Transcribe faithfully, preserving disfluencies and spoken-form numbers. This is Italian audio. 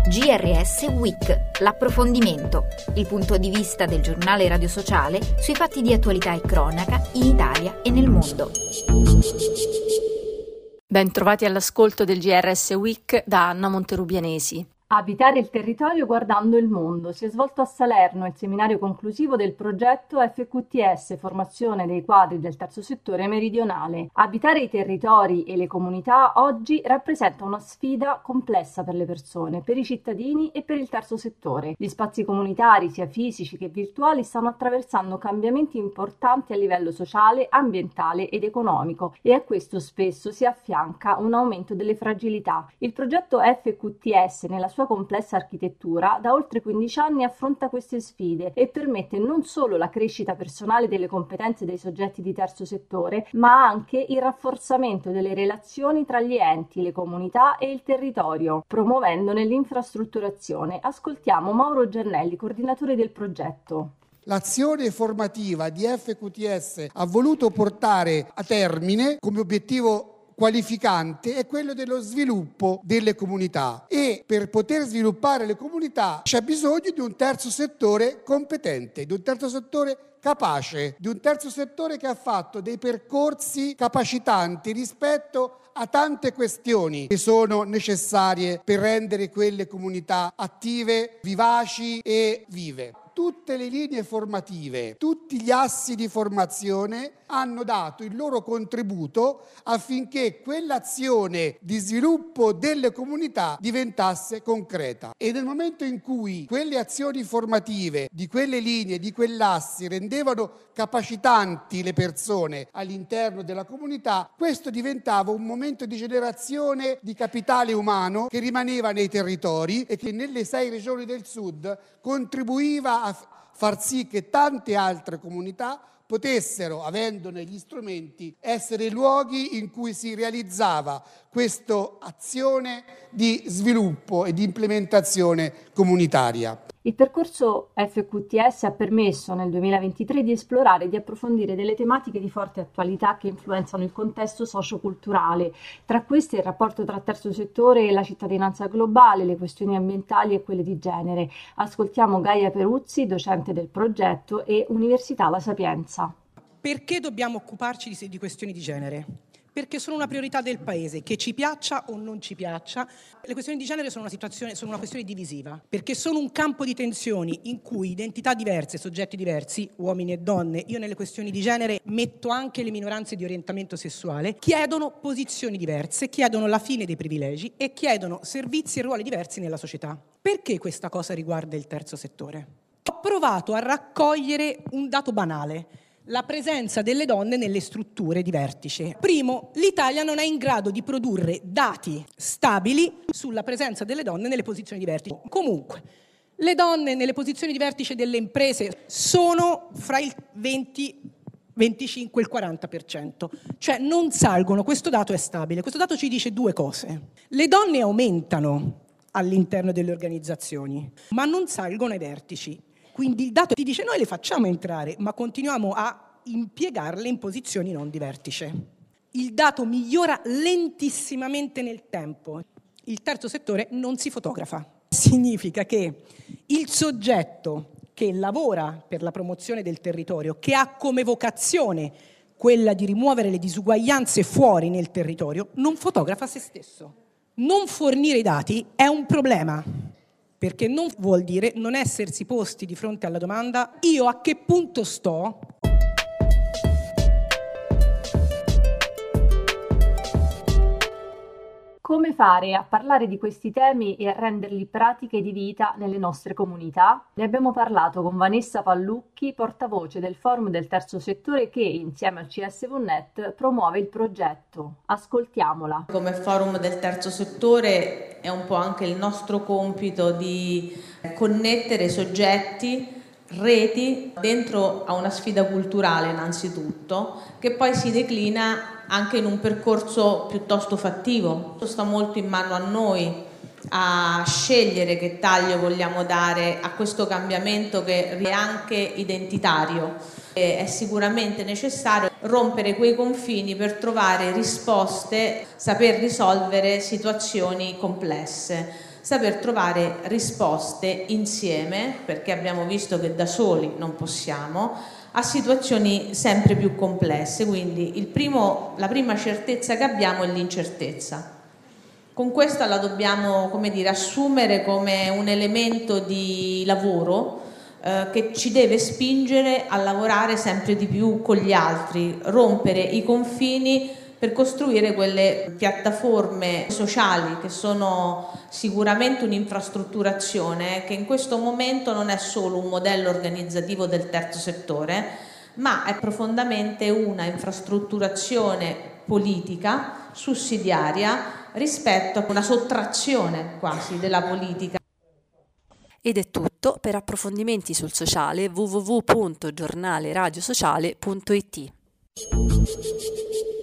G R S Week, l'approfondimento, il punto di vista del giornale radio sociale sui fatti di attualità e cronaca in Italia e nel mondo. Ben trovati all'ascolto del G R S Week da Anna Monterubianesi. Abitare il territorio guardando il mondo. Si è svolto a Salerno il seminario conclusivo del progetto F Q T S, formazione dei quadri del terzo settore meridionale. Abitare i territori e le comunità oggi rappresenta una sfida complessa per le persone, per i cittadini e per il terzo settore. Gli spazi comunitari, sia fisici che virtuali, stanno attraversando cambiamenti importanti a livello sociale, ambientale ed economico, e a questo spesso si affianca un aumento delle fragilità. Il progetto F Q T S, nella sua complessa architettura, da oltre quindici anni affronta queste sfide e permette non solo la crescita personale delle competenze dei soggetti di terzo settore, ma anche il rafforzamento delle relazioni tra gli enti, le comunità e il territorio, promuovendone l'infrastrutturazione. Ascoltiamo Mauro Giannelli, coordinatore del progetto. L'azione formativa di F Q T S ha voluto portare a termine come obiettivo qualificante è quello dello sviluppo delle comunità, e per poter sviluppare le comunità c'è bisogno di un terzo settore competente, di un terzo settore capace, di un terzo settore che ha fatto dei percorsi capacitanti rispetto a tante questioni che sono necessarie per rendere quelle comunità attive, vivaci e vive. Tutte le linee formative, tutti gli assi di formazione hanno dato il loro contributo affinché quell'azione di sviluppo delle comunità diventasse concreta. E nel momento in cui quelle azioni formative di quelle linee, di quell'assi rendevano capacitanti le persone all'interno della comunità, questo diventava un momento di generazione di capitale umano che rimaneva nei territori e che nelle sei regioni del sud contribuiva a far sì che tante altre comunità potessero, avendone gli strumenti, essere luoghi in cui si realizzava questa azione di sviluppo e di implementazione comunitaria. Il percorso F Q T S ha permesso nel duemilaventitré di esplorare e di approfondire delle tematiche di forte attualità che influenzano il contesto socioculturale. Tra queste il rapporto tra terzo settore e la cittadinanza globale, le questioni ambientali e quelle di genere. Ascoltiamo Gaia Peruzzi, docente del progetto e Università La Sapienza. Perché dobbiamo occuparci di, di questioni di genere? Perché sono una priorità del Paese, che ci piaccia o non ci piaccia. Le questioni di genere sono una situazione, sono una questione divisiva, perché sono un campo di tensioni in cui identità diverse, soggetti diversi, uomini e donne, io nelle questioni di genere metto anche le minoranze di orientamento sessuale, chiedono posizioni diverse, chiedono la fine dei privilegi e chiedono servizi e ruoli diversi nella società. Perché questa cosa riguarda il terzo settore? Ho provato a raccogliere un dato banale: la presenza delle donne nelle strutture di vertice. Primo, l'Italia non è in grado di produrre dati stabili sulla presenza delle donne nelle posizioni di vertice. Comunque, le donne nelle posizioni di vertice delle imprese sono fra il venti, venticinque e il quaranta per cento, cioè non salgono. Questo dato è stabile. Questo dato ci dice due cose: le donne aumentano all'interno delle organizzazioni, ma non salgono ai vertici. Quindi il dato ti dice: noi le facciamo entrare, ma continuiamo a impiegarle in posizioni non di vertice. Il dato migliora lentissimamente nel tempo. Il terzo settore non si fotografa. Significa che il soggetto che lavora per la promozione del territorio, che ha come vocazione quella di rimuovere le disuguaglianze fuori nel territorio, non fotografa se stesso. Non fornire i dati è un problema, perché non vuol dire non essersi posti di fronte alla domanda: io a che punto sto? Come fare a parlare di questi temi e a renderli pratiche di vita nelle nostre comunità? Ne abbiamo parlato con Vanessa Pallucchi, portavoce del Forum del Terzo Settore che, insieme al C S V Net, promuove il progetto. Ascoltiamola. Come Forum del Terzo Settore è un po' anche il nostro compito di connettere soggetti, reti, dentro a una sfida culturale innanzitutto, che poi si declina anche in un percorso piuttosto fattivo. Sta molto in mano a noi a scegliere che taglio vogliamo dare a questo cambiamento che è anche identitario. E è sicuramente necessario rompere quei confini per trovare risposte, saper risolvere situazioni complesse. saper trovare risposte insieme, perché abbiamo visto che da soli non possiamo, a situazioni sempre più complesse. Quindi il primo, la prima certezza che abbiamo è l'incertezza. Con questa la dobbiamo, come dire, assumere come un elemento di lavoro eh, che ci deve spingere a lavorare sempre di più con gli altri, rompere i confini per costruire quelle piattaforme sociali che sono sicuramente un'infrastrutturazione che in questo momento non è solo un modello organizzativo del terzo settore, ma è profondamente una infrastrutturazione politica sussidiaria rispetto a una sottrazione quasi della politica. Ed è tutto. Per approfondimenti sul sociale w w w punto giornale radio sociale punto i t.